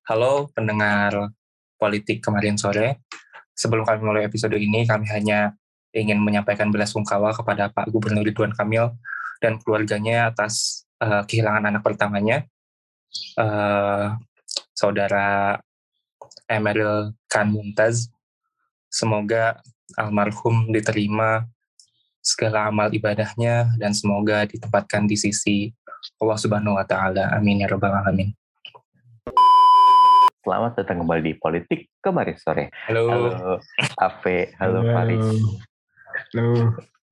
Halo pendengar politik kemarin sore. Sebelum kami mulai episode ini, kami hanya ingin menyampaikan belasungkawa kepada Pak Gubernur Ridwan Kamil dan keluarganya atas kehilangan anak pertamanya, Saudara Emeril Khan Mumtaz. Semoga almarhum diterima segala amal ibadahnya dan semoga ditempatkan di sisi Allah Subhanahu wa Ta'ala. Amin ya Rabbal Alamin. Selamat datang kembali di Politik Kemarin Sore. Halo. Ave, halo Faris. Halo.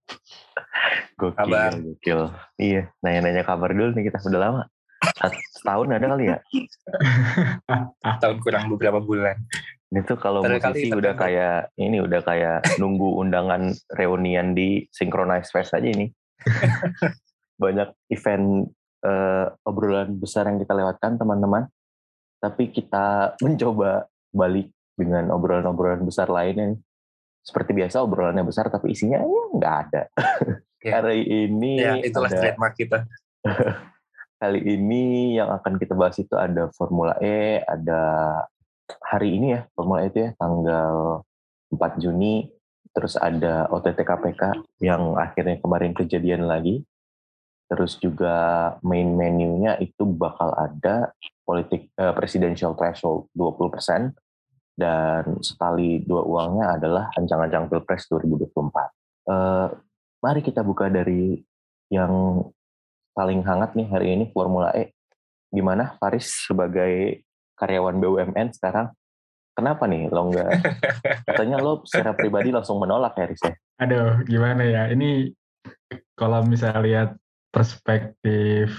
Gokil. Iya, nanya-nanya kabar dulu nih kita. Udah lama. Setahun ada kali ya? Tahun kurang beberapa bulan. Itu kalau musisi udah kayak nunggu undangan reunian di Synchronize Fest aja ini. Banyak event obrolan besar yang kita lewatkan teman-teman. Tapi kita mencoba balik dengan obrolan-obrolan besar lainnya. Seperti biasa obrolannya besar tapi isinya nggak ada. Ya. Hari ini itulah trademark kita. Kali ini yang akan kita bahas itu ada Formula E, ada hari ini ya Formula E itu ya tanggal 4 Juni, terus ada OTT KPK yang akhirnya kemarin kejadian lagi. Terus juga main menu-nya itu bakal ada politik presidential threshold 20%, dan sekali dua uangnya adalah ancang-ancang Pilpres 2024. Mari kita buka dari yang paling hangat nih hari ini, Formula E. Gimana Faris sebagai karyawan BUMN sekarang? Kenapa nih lo nggak? Katanya lo secara pribadi langsung menolak ya, Riz ya? Aduh, gimana ya? Ini kalau misalnya lihat perspektif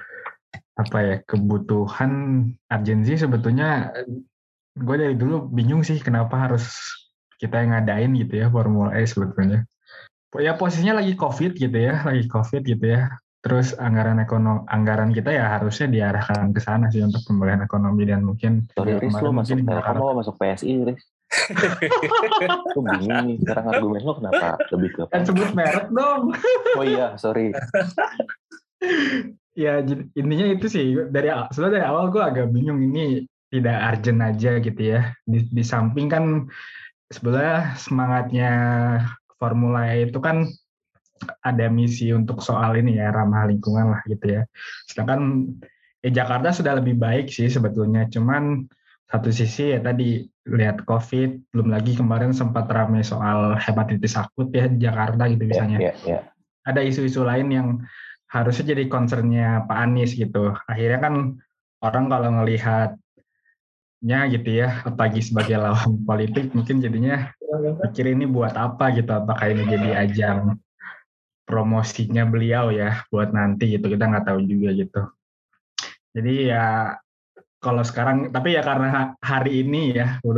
kebutuhan urgensi, sebetulnya gue dari dulu bingung sih kenapa harus kita yang ngadain gitu ya Formula E sebetulnya. Ya posisinya lagi COVID gitu ya. Terus anggaran kita ya harusnya diarahkan ke sana sih untuk pemulihan ekonomi, dan mungkin sorry Riz, lo masuk Telkom apa masuk PSI Riz? Lo bingung nih sekarang argumen lo kenapa lebih ke kan sebut merek dong. Oh iya, sorry. Ya intinya itu sih, sebenarnya dari awal gue agak bingung, ini tidak urgent aja gitu ya. Di samping kan sebenarnya semangatnya Formula E itu kan ada misi untuk soal ini ya, ramah lingkungan lah gitu ya. Sedangkan Jakarta sudah lebih baik sih sebetulnya, cuman satu sisi ya tadi lihat COVID, belum lagi kemarin sempat ramai soal hepatitis akut ya di Jakarta gitu misalnya. Yeah. Ada isu-isu lain yang harusnya jadi concernnya Pak Anies gitu. Akhirnya kan orang kalau ngelihatnya gitu ya, apalagi sebagai lawan politik, mungkin jadinya pikir ini buat apa gitu, apakah ini jadi ajang promosinya beliau ya buat nanti gitu, kita nggak tahu juga gitu. Jadi ya kalau sekarang, tapi ya karena hari ini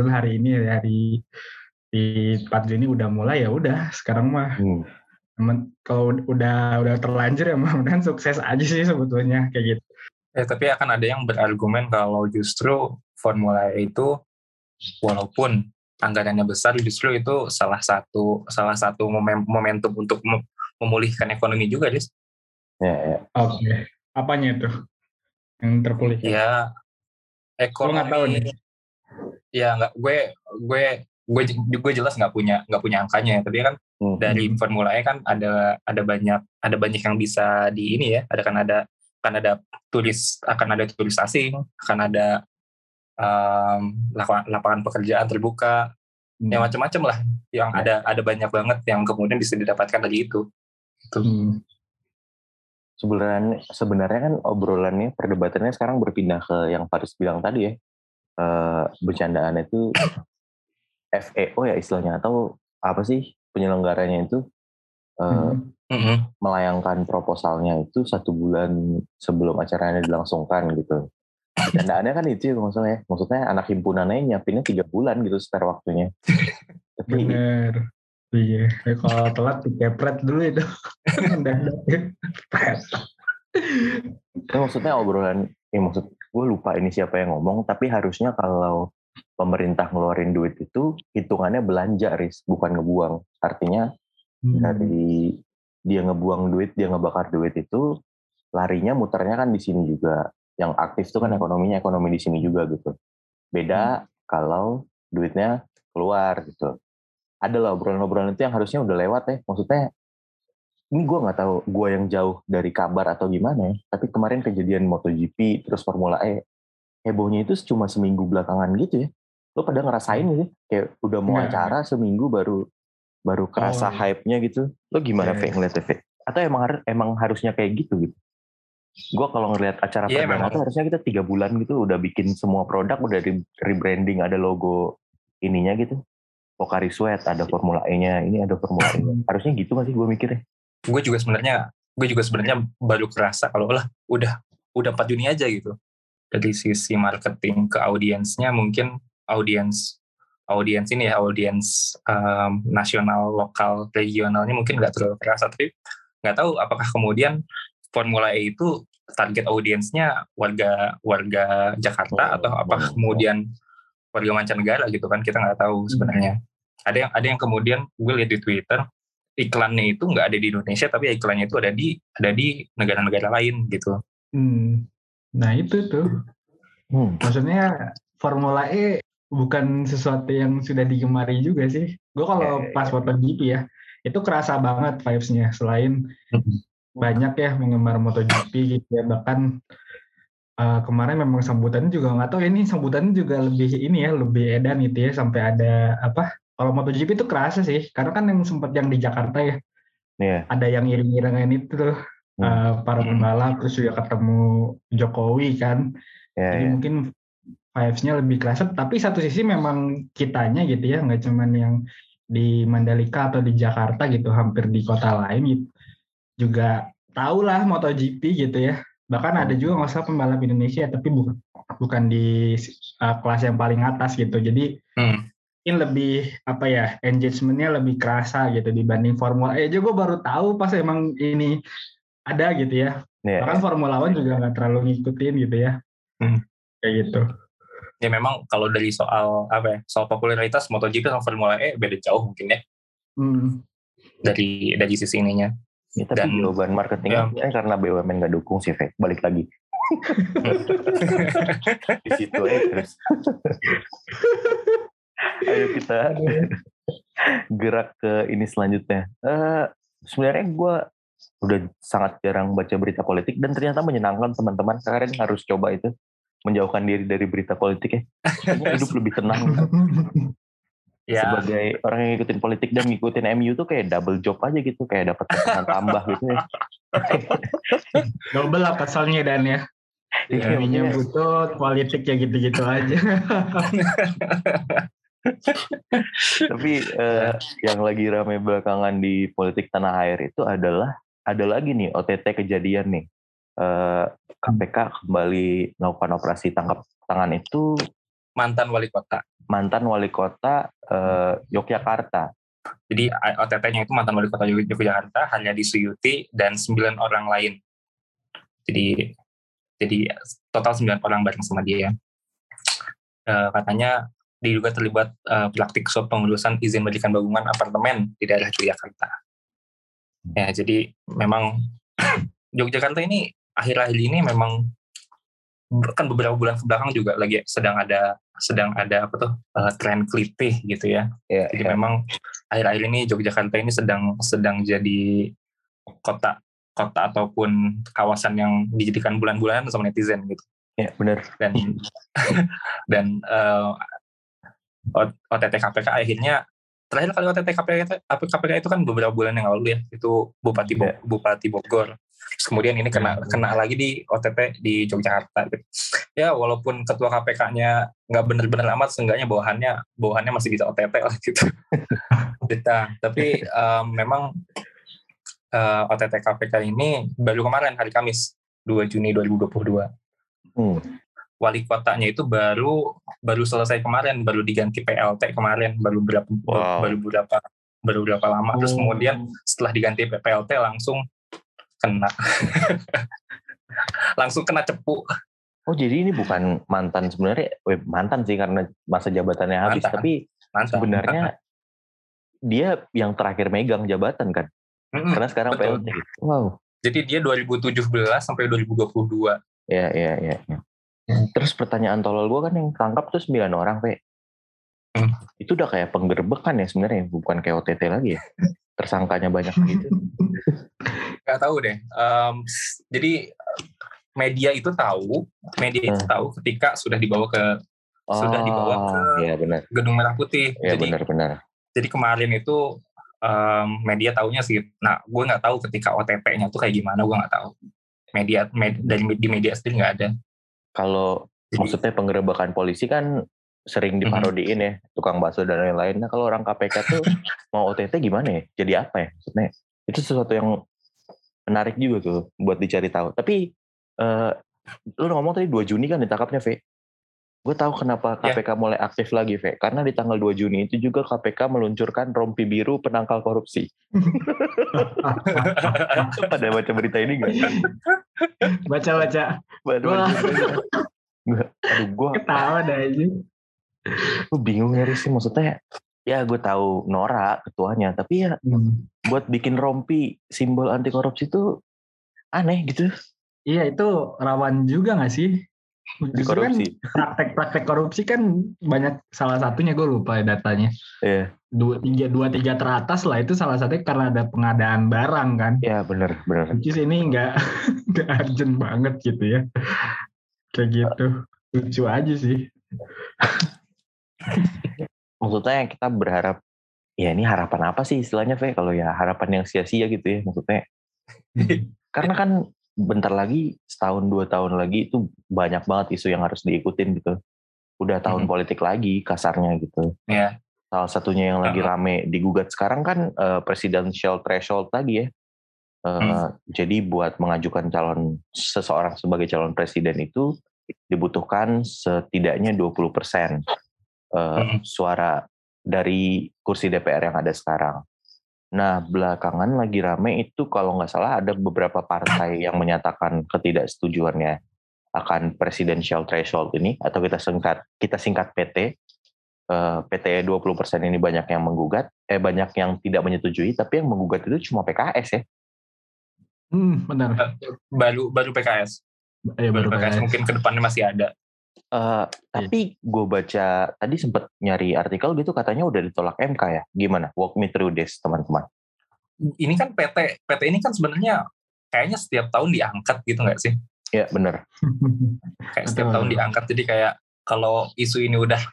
di 4 Juni udah mulai, ya udah sekarang mah kalau udah terlanjur ya mudah-mudahan sukses aja sih sebetulnya kayak gitu. Tapi akan ada yang berargumen kalau justru Formula E itu walaupun anggarannya besar, justru itu salah satu momentum untuk memulihkan ekonomi juga, Dis. Ya. Oke. Apanya itu yang terpulihkan? Ya, ekonomi. Nggak tahu nih. Ya nggak, gue jelas nggak punya angkanya ya, tapi kan dari Formula E kan ada banyak yang bisa di ini ya, akan ada turis asing, akan ada lapangan pekerjaan terbuka, ya macam-macam lah, yang ada banyak banget yang kemudian bisa didapatkan dari itu. Sebenarnya kan obrolannya, perdebatannya sekarang berpindah ke yang Faris bilang tadi ya, bercandaan itu FEO ya istilahnya, atau apa sih penyelenggaranya itu melayangkan proposalnya itu 1 bulan sebelum acaranya dilangsungkan gitu. Bercandaannya kan itu ya maksudnya anak himpunannya nyiapinnya 3 bulan gitu secara waktunya. Bener. Iya, kalau telat dikepret dulu itu. Itu maksudnya obrolan, maksud gue lupa ini siapa yang ngomong, tapi harusnya kalau pemerintah ngeluarin duit itu hitungannya belanja, Riz, bukan ngebuang. Artinya dari dia ngebuang duit, dia ngebakar duit itu, larinya muternya kan di sini juga. Yang aktif itu kan ekonomi di sini juga gitu. Beda kalau duitnya keluar gitu. Ada lah obrolan-obrolan itu yang harusnya udah lewat ya. Maksudnya ini gue nggak tahu gue yang jauh dari kabar atau gimana ya. Tapi kemarin kejadian MotoGP terus Formula E, hebohnya itu cuma seminggu belakangan gitu ya. Lo pada ngerasain gitu? Kayak udah mau acara seminggu baru kerasa hype-nya gitu. Lo gimana Fe ngeliatnya Fe? Atau emang harusnya kayak gitu gitu? Gue kalau ngeliat acara perdana tuh harusnya kita 3 bulan gitu udah bikin semua produk, udah rebranding, ada logo ininya gitu. Pocari Sweat, ada Formula E-nya, ini ada Formula E-nya. Harusnya gitu gak sih gue mikirnya? Gue juga sebenarnya baru kerasa kalau udah 4 Juni aja gitu. Dari sisi marketing ke audiensnya, mungkin audiens ini ya, audiens nasional, lokal, regionalnya mungkin nggak terlalu kerasa. Tapi nggak tahu apakah kemudian Formula E itu target audiensnya warga Jakarta atau apakah kemudian warga mancanegara gitu kan, kita nggak tahu sebenarnya. Ada yang kemudian gue lihat di Twitter, iklannya itu nggak ada di Indonesia tapi iklannya itu ada di negara-negara lain gitu. Nah itu tuh maksudnya Formula E bukan sesuatu yang sudah digemari juga sih. Gue kalau pas MotoGP ya itu kerasa banget vibes-nya. Selain banyak ya penggemar MotoGP gitu ya, bahkan kemarin memang sambutannya juga nggak tahu, ini sambutannya juga lebih edan gitu ya, sampai ada kalau MotoGP itu kerasa sih karena kan yang sempat yang di Jakarta ya, ada yang iring-iringan itu tuh para pembalap, terus juga ketemu Jokowi kan, jadi mungkin vibes-nya lebih kerasa. Tapi satu sisi memang kitanya gitu ya, nggak cuman yang di Mandalika atau di Jakarta gitu, hampir di kota lain gitu juga tahu lah MotoGP gitu ya. Bahkan ada juga nggak usah pembalap Indonesia, tapi bukan di kelas yang paling atas gitu. Jadi mungkin lebih engagement-nya lebih kerasa gitu dibanding Formula E. Gue baru tahu pas emang ini ada gitu ya. Bahkan Formula One juga nggak terlalu ngikutin gitu ya. Kayak gitu. Ya memang kalau dari soal soal popularitas MotoGP sama Formula E beda jauh mungkin ya. Dari sisi ininya. Ya, tapi jawaban marketingnya karena BUMN nggak dukung sih, Fe. Balik lagi. Di situ terus. Ayo kita gerak ke ini selanjutnya. Sebenarnya gue udah sangat jarang baca berita politik dan ternyata menyenangkan teman-teman. Kalian harus coba itu, menjauhkan diri dari berita politik ya. Kayaknya hidup lebih tenang. Ya. Sebagai orang yang ngikutin politik dan ngikutin MU tuh kayak double job aja gitu, kayak dapat kesenangan tambah gitu ya. Double lah kesalnya dan ya. MU-nya butuh, politik ya gitu-gitu aja. Tapi yang lagi ramai belakangan di politik tanah air itu ada lagi nih OTT kejadian nih. KPK kembali melakukan operasi tangkap tangan itu mantan wali kota Yogyakarta. Jadi OTT-nya itu mantan wali kota Yogyakarta, Haryadi Suyuti dan 9 orang lain. Jadi total 9 orang bareng sama dia. Katanya diduga terlibat praktik suap pengurusan izin mendirikan bangunan apartemen di daerah Yogyakarta. Ya, jadi memang Yogyakarta ini akhir-akhir ini memang kan beberapa bulan kebelakang juga lagi sedang ada tren klitih gitu ya. Jadi memang akhir-akhir ini Yogyakarta ini sedang jadi kota ataupun kawasan yang dijadikan bulan-bulanan sama netizen gitu. Ya benar. Dan OTT KPK akhirnya terakhir kali OTT KPK itu kan beberapa bulan yang lalu ya, itu Bupati Bogor. Terus kemudian ini kena lagi di OTT di Yogyakarta gitu. Ya walaupun ketua KPK-nya nggak benar-benar amat, seenggaknya bawahannya masih bisa OTT lah gitu. Tapi memang OTT KPK ini baru kemarin hari Kamis 2 Juni 2022. Wali kotanya itu baru selesai kemarin, baru diganti PLT kemarin, baru berapa lama. Terus kemudian setelah diganti PLT langsung kena cepu. Oh jadi ini bukan mantan sebenarnya, mantan sih karena masa jabatannya habis, tapi sebenarnya dia yang terakhir megang jabatan kan, karena sekarang PLT. Wow. Jadi dia 2017 sampai 2022. Ya. Terus pertanyaan tolol gue kan yang tangkap tuh 9 orang, Pe. Itu udah kayak penggerbekan ya sebenarnya, bukan kayak OTT lagi ya. Tersangkanya banyak gitu. Gak tahu deh. Jadi media itu tahu ketika sudah dibawa ke ya benar. Gedung Merah Putih. Ya benar. Jadi kemarin itu media taunya sih. Nah, gue nggak tahu ketika OTT-nya tuh kayak gimana, gue nggak tahu. Di media sendiri nggak ada. Kalau maksudnya penggerebekan polisi kan sering diparodiin ya, tukang bakso dan lain-lain. Nah kalau orang KPK tuh mau OTT gimana ya? Jadi apa ya? Maksudnya itu sesuatu yang menarik juga tuh buat dicari tahu. Tapi lu ngomong tadi 2 Juni kan ditangkapnya, Ve. Gue tahu kenapa KPK mulai aktif lagi, Ve. Karena di tanggal 2 Juni itu juga KPK meluncurkan rompi biru penangkal korupsi. Pada baca berita ini gak? Baca. Gue ketawa dah aja. Gue bingung sih, maksudnya ya gue tahu Nora ketuanya, tapi ya buat bikin rompi simbol anti korupsi itu aneh gitu. Iya, itu rawan juga gak sih? Justru kan praktek korupsi kan banyak, salah satunya gue lupa datanya. Iya. 2-3 teratas lah, itu salah satunya karena ada pengadaan barang kan. Iya benar. Which ini nggak urgent banget gitu ya. Kayak gitu. Lucu aja sih. Maksudnya kita berharap, ya ini harapan apa sih istilahnya, Ve? Kalau ya harapan yang sia-sia gitu ya maksudnya. Karena kan bentar lagi, 1-2 tahun lagi itu banyak banget isu yang harus diikutin gitu. Udah tahun politik lagi kasarnya gitu. Yeah. Salah satunya yang lagi rame digugat sekarang kan presidential threshold lagi ya. Jadi buat mengajukan seseorang sebagai calon presiden itu dibutuhkan setidaknya 20% suara dari kursi DPR yang ada sekarang. Nah, belakangan lagi rame itu kalau nggak salah ada beberapa partai yang menyatakan ketidaksetujuannya akan presidential threshold ini, atau kita singkat PT. PT 20% ini banyak yang menggugat, banyak yang tidak menyetujui, tapi yang menggugat itu cuma PKS ya. Benar. Baru PKS. Baru PKS mungkin ke depannya masih ada. Tapi gue baca tadi sempat nyari artikel gitu, katanya udah ditolak MK ya. Gimana? Walk me through this, teman-teman. Ini kan PT ini kan sebenarnya kayaknya setiap tahun diangkat gitu nggak sih? Iya benar. Kayak setiap tahun diangkat, jadi kayak kalau isu ini udah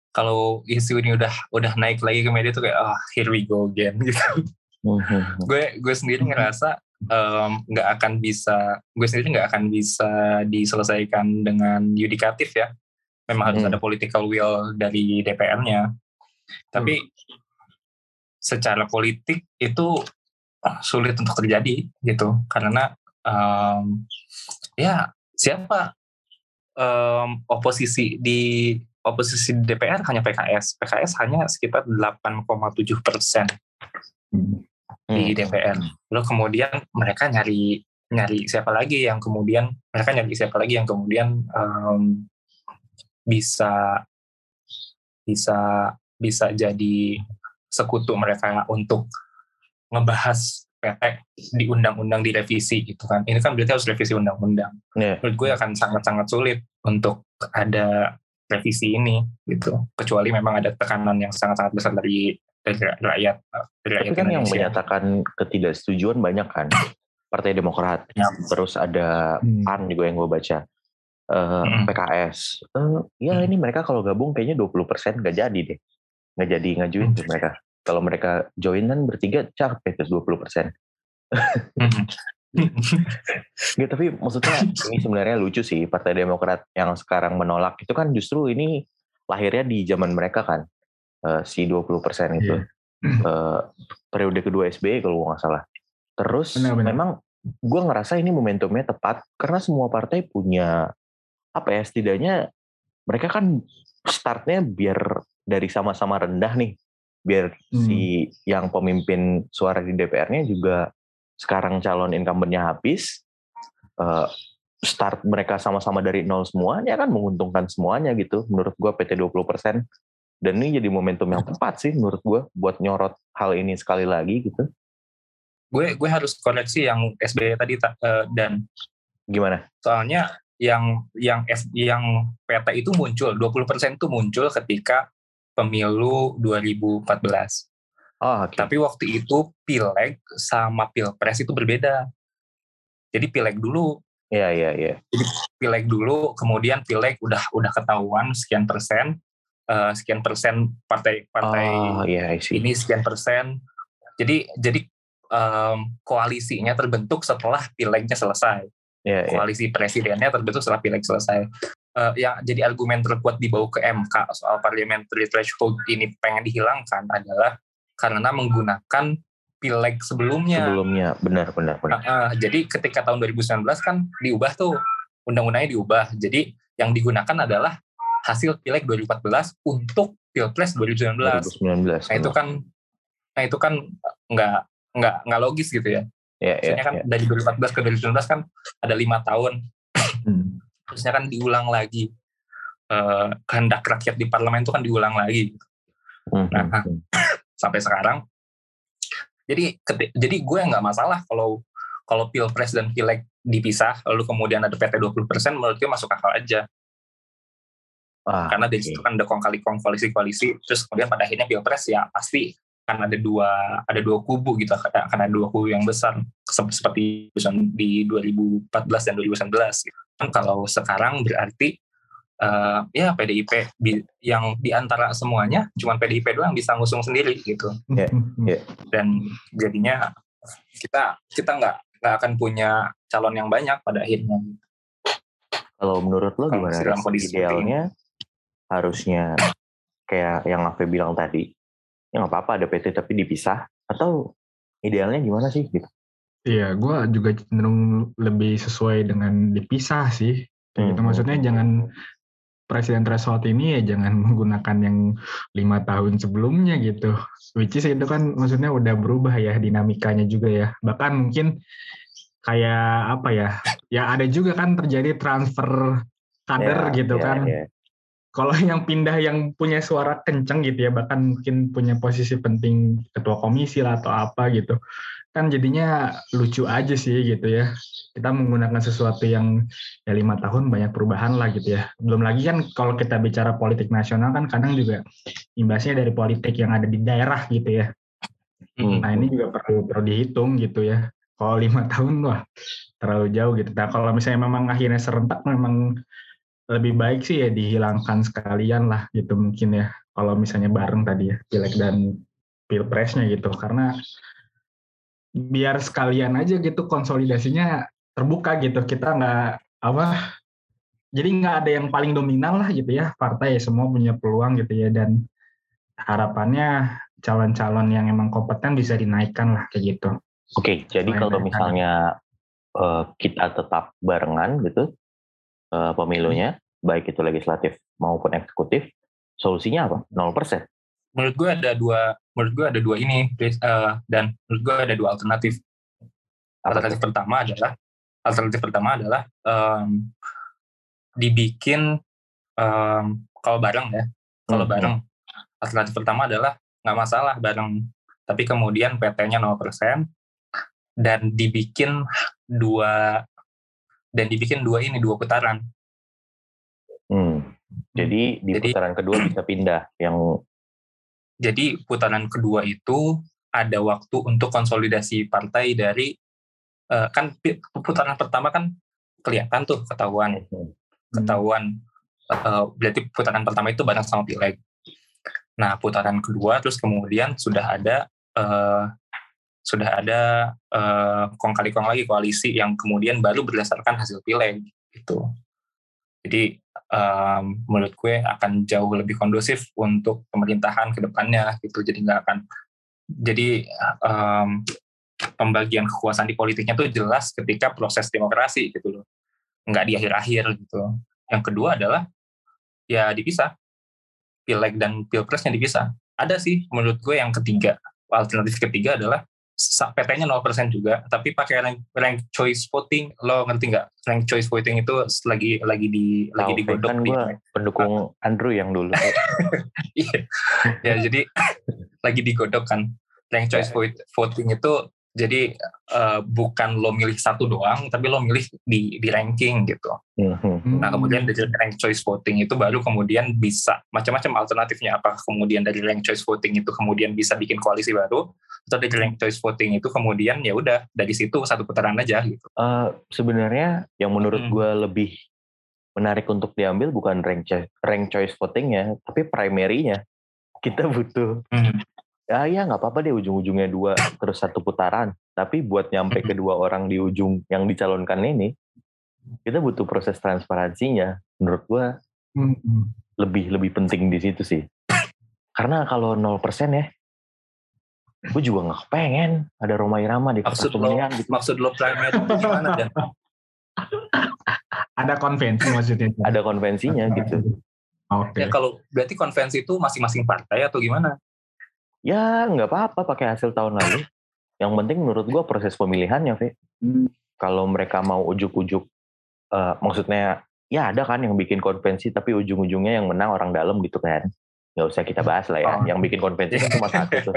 naik lagi ke media tuh kayak here we go again gitu. Gue sendiri ngerasa nggak akan bisa diselesaikan dengan yudikatif ya. Memang harus ada political will dari DPR-nya. Tapi secara politik itu sulit untuk terjadi gitu, karena ya siapa oposisi di DPR hanya PKS hanya sekitar 8,7% di DPR. Lalu kemudian mereka nyari siapa lagi yang kemudian bisa jadi sekutu mereka untuk ngebahas PT di undang-undang direvisi gitu kan. Ini kan berarti harus revisi undang-undang. Menurut gue akan sangat-sangat sulit untuk ada revisi ini gitu. Kecuali memang ada tekanan yang sangat-sangat besar dari rakyat Tapi kan Indonesia. Yang menyatakan ketidaksetujuan banyak kan. Partai Demokrat, terus ada PAN juga yang gue baca. PKS. Ini mereka kalau gabung kayaknya 20% gak jadi deh. Gak jadi ngajuin tuh mereka. Kalau mereka join kan bertiga capek terus 20%. Gitu, tapi maksudnya ini sebenarnya lucu sih, Partai Demokrat yang sekarang menolak itu kan justru ini lahirnya di zaman mereka kan, si 20% itu. Periode kedua SBY kalau gue nggak salah. Terus memang gue ngerasa ini momentumnya tepat karena semua partai punya setidaknya mereka kan startnya biar dari sama-sama rendah nih, biar si yang pemimpin suara di DPR-nya juga sekarang calon incumbent-nya habis, start mereka sama-sama dari nol semuanya kan menguntungkan semuanya gitu menurut gue PT 20%. Dan ini jadi momentum yang tepat sih menurut gue buat nyorot hal ini sekali lagi gitu. Gue harus koreksi yang SBY tadi dan gimana? Soalnya yang PT itu muncul 20% itu muncul ketika pemilu 2014. Okay. Tapi waktu itu pileg sama pilpres itu berbeda. Jadi pileg dulu. Iya. Jadi pileg dulu, kemudian pileg udah ketahuan sekian persen partai ini sekian persen. Jadi koalisinya terbentuk setelah pilegnya selesai. Koalisi presidennya terbentuk setelah pileg selesai. Yang jadi argumen terkuat dibawa ke MK soal parliamentary threshold ini pengen dihilangkan adalah karena menggunakan pileg sebelumnya. Benar. Jadi ketika tahun 2019 kan diubah tuh, undang-undangnya diubah. Jadi yang digunakan adalah hasil pileg 2014 untuk pilpres 2019. Nah itu kan nggak logis gitu ya. Maksudnya kan dari 2014 ke 2019 kan ada 5 tahun. Terusnya kan diulang lagi. Kehendak rakyat di parlemen itu kan diulang lagi. Nah, sampai sekarang. Jadi gue nggak masalah kalau pilpres dan pileg dipisah, lalu kemudian ada PT 20%, menurut gue masuk akal aja. Karena dari situ kan ada koalisi, terus kemudian pada akhirnya pilpres ya pasti kan ada dua kubu gitu, akan ada dua kubu yang besar seperti di 2014 dan 2019 gitu. Kan kalau sekarang berarti ya PDIP yang diantara semuanya cuma PDIP doang bisa ngusung sendiri gitu. Dan jadinya kita nggak akan punya calon yang banyak pada akhirnya. Kalau menurut lo gimana? Idealnya harusnya kayak yang Afe bilang tadi, ya nggak apa-apa ada PT tapi dipisah, atau idealnya gimana sih gitu? Iya, gue juga cenderung lebih sesuai dengan dipisah sih. Gitu. Maksudnya jangan presiden threshold ini ya jangan menggunakan yang 5 tahun sebelumnya gitu. Which is itu kan maksudnya udah berubah ya dinamikanya juga ya. Bahkan mungkin kayak apa ya? Ya ada juga kan terjadi transfer kader gitu kan. Kalau yang pindah yang punya suara kencang gitu ya, bahkan mungkin punya posisi penting ketua komisi lah atau apa gitu. Kan jadinya lucu aja sih gitu ya. Kita menggunakan sesuatu yang ya 5 tahun banyak perubahan lah gitu ya. Belum lagi kan kalau kita bicara politik nasional kan kadang juga imbasnya dari politik yang ada di daerah gitu ya. Nah ini juga perlu dihitung gitu ya. Kalau 5 tahun wah terlalu jauh gitu. Nah kalau misalnya memang akhirnya serentak memang lebih baik sih ya dihilangkan sekalian lah gitu mungkin ya. Kalau misalnya bareng tadi ya pileg dan pilpresnya gitu. Karena biar sekalian aja gitu konsolidasinya terbuka gitu, kita jadi nggak ada yang paling dominan lah gitu ya, partai semua punya peluang gitu ya, dan harapannya calon-calon yang emang kompeten bisa dinaikkan lah kayak gitu. Oke, jadi kalau misalnya kita tetap barengan gitu pemilunya, baik itu legislatif maupun eksekutif, solusinya apa? 0%? Menurut gue ada dua ini, dan menurut gue ada dua alternatif. Alternatif pertama adalah dibikin kalau bareng ya. Kalau bareng, alternatif pertama adalah nggak masalah bareng, tapi kemudian PT-nya 0% dan dibikin dua putaran. Jadi putaran kedua bisa pindah yang. Jadi putaran kedua itu ada waktu untuk konsolidasi partai dari kan putaran pertama kan kelihatan tuh ketahuan. Berarti putaran pertama itu bareng sama pileg. Nah putaran kedua terus kemudian sudah ada kong kali kong lagi koalisi yang kemudian baru berdasarkan hasil pileg gitu. Jadi menurut gue akan jauh lebih kondusif untuk pemerintahan ke depannya gitu. Jadi pembagian kekuasaan di politiknya tuh jelas ketika proses demokrasi gitu loh. Nggak di akhir-akhir gitu. Yang kedua adalah ya dipisah. Pileg dan pilpresnya dipisah. Ada sih menurut gue yang ketiga. Alternatif ketiga adalah PT-nya 0% juga, tapi pakai rank choice voting. Lo ngerti nggak? Rank choice voting itu lagi digodok. Kan gue pendukung Andrew yang dulu. Iya. Ya jadi lagi digodok kan. Rank choice voting itu Jadi bukan lo milih satu doang, tapi lo milih di ranking gitu. Nah kemudian dari rank choice voting itu baru kemudian bisa macam-macam alternatifnya. Apakah kemudian dari rank choice voting itu kemudian bisa bikin koalisi baru, atau dari rank choice voting itu kemudian ya udah dari situ satu putaran aja gitu. Sebenarnya yang menurut gue lebih menarik untuk diambil bukan rank choice votingnya, tapi primary-nya. Kita butuh ya nggak apa-apa deh ujung-ujungnya 2 terus satu putaran, tapi buat nyampe kedua orang di ujung yang dicalonkan ini kita butuh proses transparansinya. Menurut gua lebih penting di situ sih, karena kalau 0% ya gue juga nggak kepengen ada Rhoma Irama di kertas pemilihan gitu. Maksud lo primary itu gimana Dan? Ada konvensi maksudnya? Ada konvensinya gitu. Okay. Ya kalau berarti konvensi itu masing-masing partai atau gimana? Ya nggak apa-apa pakai hasil tahun lalu. Yang penting menurut gue proses pemilihannya, Fe. Kalau mereka mau ujuk-ujuk, maksudnya ya ada kan yang bikin konvensi tapi ujung-ujungnya yang menang orang dalam gitu kan. Nggak usah kita bahas lah ya. Yang bikin konvensi kan cuma satu tuh.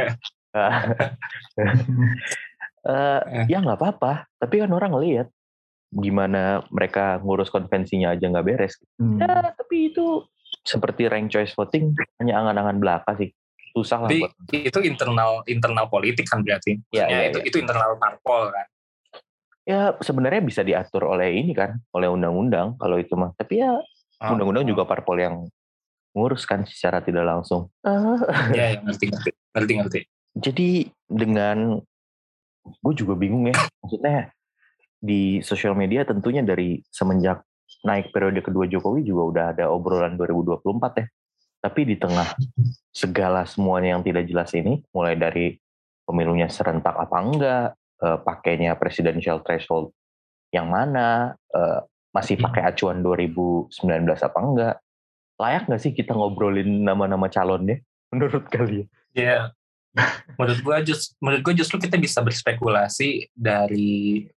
Ya nggak apa-apa. Tapi kan orang ngelihat gimana mereka ngurus konvensinya aja nggak beres. Ya tapi itu seperti rank choice voting hanya angan-angan belaka sih. Susah lah. Tapi itu internal politik kan berarti. Ya, itu internal parpol kan. Ya sebenarnya bisa diatur oleh ini kan, oleh undang-undang kalau itu mah. Tapi ya undang-undang juga parpol yang ngurus kan secara tidak langsung. Ya ngerti. Jadi dengan gue juga bingung ya, maksudnya di sosial media tentunya dari semenjak naik periode kedua Jokowi juga udah ada obrolan 2024 ya. Tapi di tengah segala semuanya yang tidak jelas ini, mulai dari pemilunya serentak apa enggak, pakainya presidential threshold yang mana, masih pakai acuan 2019 apa enggak, layak nggak sih kita ngobrolin nama-nama calonnya menurut kalian? Ya, menurut gue justru kita bisa berspekulasi dari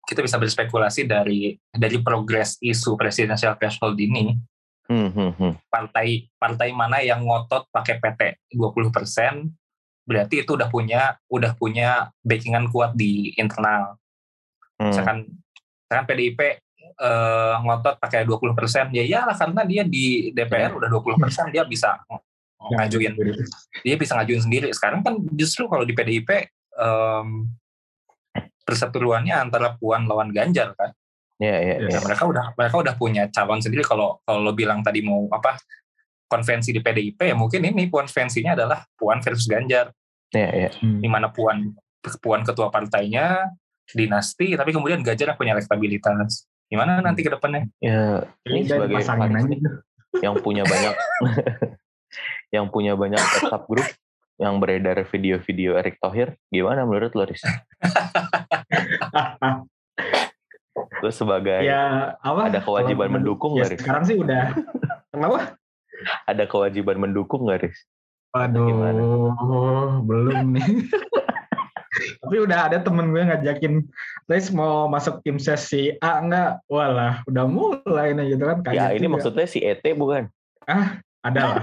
progres isu presidential threshold ini. Partai mana yang ngotot pakai PT 20%, berarti itu udah punya backingan kuat di internal. Misalkan PDIP ngotot pakai 20%, ya iyalah karena dia di DPR udah 20%, dia bisa ngajuin sendiri. Sekarang kan justru kalau di PDIP perseteruannya antara Puan lawan Ganjar kan. Nah, mereka udah punya calon sendiri. Kalau lo bilang tadi mau konvensi di PDIP, ya mungkin ini konvensinya adalah Puan versus Ganjar. Di mana Puan ketua partainya dinasti, tapi kemudian Ganjar punya elektabilitas. Gimana nanti ke depannya? Ya, ini sebagai yang punya banyak yang punya banyak WhatsApp grup yang beredar video-video Erick Thohir, gimana menurut lo, Riz? Lo sebagai ada kewajiban mendukung nggak, Riz? Sekarang sih udah kenapa? Ada kewajiban mendukung nggak, Riz? Aduh, belum nih. Tapi udah ada temen gue ngajakin, Riz mau masuk tim ses si A enggak? Walah, udah mulai nih gitu kan. Ya ini juga. Maksudnya si ET bukan? Ada lah.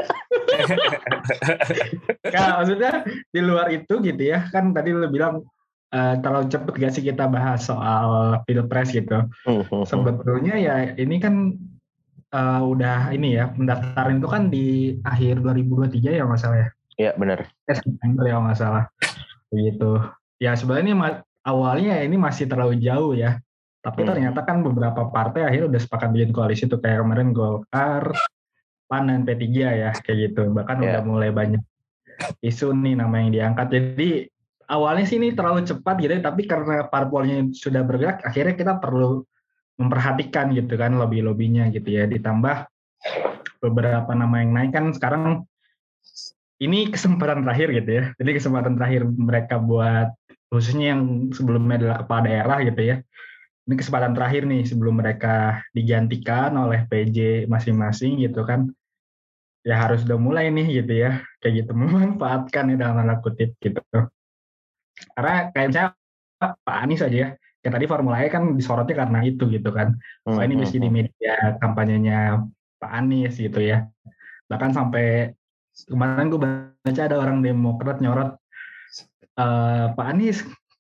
Nah, maksudnya di luar itu gitu ya, kan tadi lo bilang terlalu cepet gak sih kita bahas soal pilpres gitu. Sebetulnya ya ini kan udah ini ya, pendaftaran itu kan di akhir 2023 ya nggak salah ya? Iya benar. September ya nggak salah. Begitu. Ya sebenarnya awalnya ini masih terlalu jauh ya. Tapi ternyata kan beberapa partai akhirnya udah sepakat bikin koalisi tuh, kayak kemarin Golkar, PAN dan P3 ya kayak gitu. Bahkan udah mulai banyak isu nih nama yang diangkat. Jadi awalnya sih ini terlalu cepat gitu, tapi karena parpolnya sudah bergerak, akhirnya kita perlu memperhatikan gitu kan lobby-lobbynya gitu ya. Ditambah beberapa nama yang naik kan sekarang ini kesempatan terakhir gitu ya. Jadi kesempatan terakhir mereka buat, khususnya yang sebelumnya adalah kepala daerah gitu ya. Ini kesempatan terakhir nih sebelum mereka digantikan oleh PJ masing-masing gitu kan. Ya harus udah mulai nih gitu ya. Kayak gitu, memanfaatkan ya dalam tanda kutip gitu. Karena kayak misalnya Pak Anies aja ya. Kayak tadi Formula E kan disorotnya karena itu gitu kan. Wah ini mesti di media kampanyenya Pak Anies gitu ya. Bahkan sampai kemarin gue baca ada orang Demokrat nyorot Pak Anies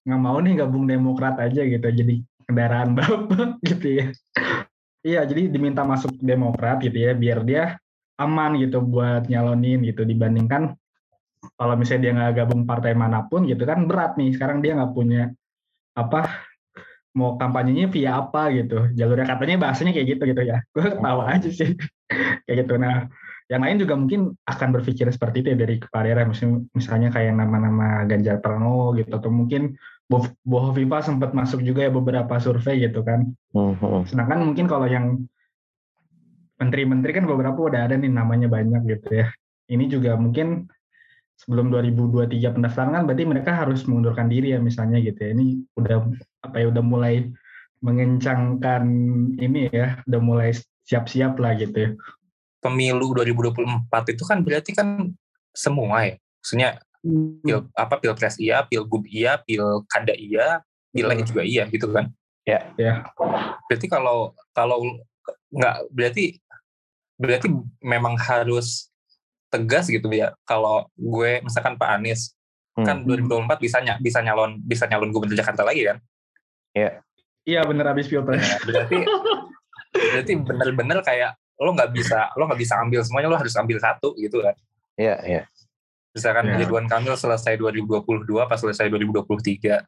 nggak mau nih gabung Demokrat aja gitu, jadi kendaraan bapak gitu ya. Iya, jadi diminta masuk Demokrat gitu ya, biar dia aman gitu buat nyalonin gitu, dibandingkan kalau misalnya dia nggak gabung partai manapun gitu kan berat nih. Sekarang dia nggak punya apa, mau kampanyenya via apa gitu, jalurnya katanya bahasanya kayak gitu gitu ya. Gue ketawa aja sih kayak gitu. Nah, yang lain juga mungkin akan berpikir seperti itu ya dari kepala daerah, misalnya kayak nama-nama Ganjar Pranowo gitu, atau mungkin Bu Hovifa sempat masuk juga ya beberapa survei gitu kan. Sedangkan mungkin kalau yang menteri-menteri kan beberapa udah ada nih namanya banyak gitu ya. Ini juga mungkin sebelum 2023 pendaftaran kan berarti mereka harus mengundurkan diri ya misalnya gitu ya. Ini udah apa ya, udah mulai mengencangkan ini ya, udah mulai siap-siap lah gitu ya. Pemilu 2024 itu kan berarti kan semua ya. Maksudnya pilpres iya, pilgub iya, pilkada iya, pileg juga iya gitu kan. Ya. Berarti kalau nggak, berarti memang harus tegas gitu ya. Kalau gue misalkan Pak Anies kan 2024 bisa nyalon gubernur Jakarta lagi kan? Iya. Iya bener, habis pilpres. Ya, berarti bener-bener kayak lo nggak bisa ambil semuanya, lo harus ambil satu gitu kan? Iya. Misalkan Ridwan Kamil selesai 2022 pas selesai 2023,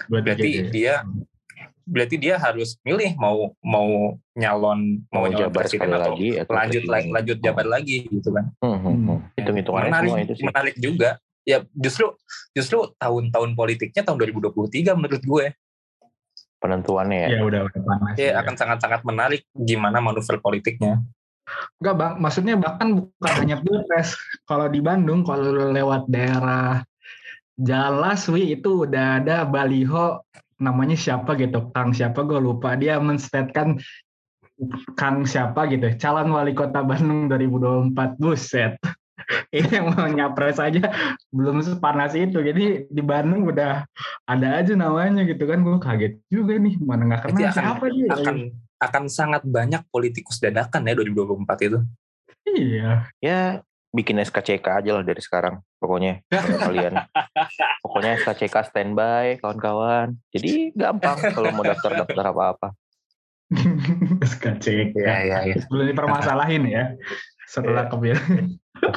berarti dia harus milih mau nyalon presiden atau lanjut jabat lagi gitu kan. Hitung-hitungannya semua itu sih. Menarik juga. Ya justru tahun-tahun politiknya tahun 2023 menurut gue. Penentuannya ya. Ya udah panas. Ya akan sangat-sangat menarik gimana manuver politiknya. Enggak Bang, maksudnya bahkan bukan hanya pilpres. Kalau di Bandung, kalau lewat daerah Jalaswi itu udah ada baliho namanya siapa gitu, Kang siapa gue lupa, dia menstatekan Kang siapa gitu, calon wali kota Bandung 2024, buset. Ini yang mau nyapres aja belum sepanas itu, jadi di Bandung udah ada aja namanya gitu kan. Gue kaget juga nih, mana nggak kenal siapa dia. Akan sangat banyak politikus dadakan ya 2024 itu. Iya. Ya bikin SKCK aja lah dari sekarang pokoknya kalian. Pokoknya SKCK standby kawan-kawan. Jadi gampang kalau mau daftar apa-apa. SKCK. Ya. Belum dipermasalahin ya setelah kepilih.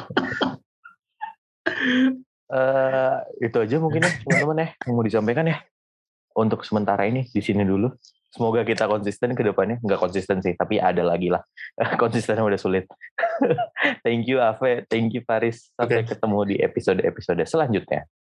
Itu aja mungkin ya teman-teman ya yang mau disampaikan ya. Untuk sementara ini di sini dulu. Semoga kita konsisten ke depannya. Nggak konsisten sih, tapi ada lagi lah. Konsistennya udah sulit. Thank you Ave, thank you Faris. Sampai ketemu di episode-episode selanjutnya.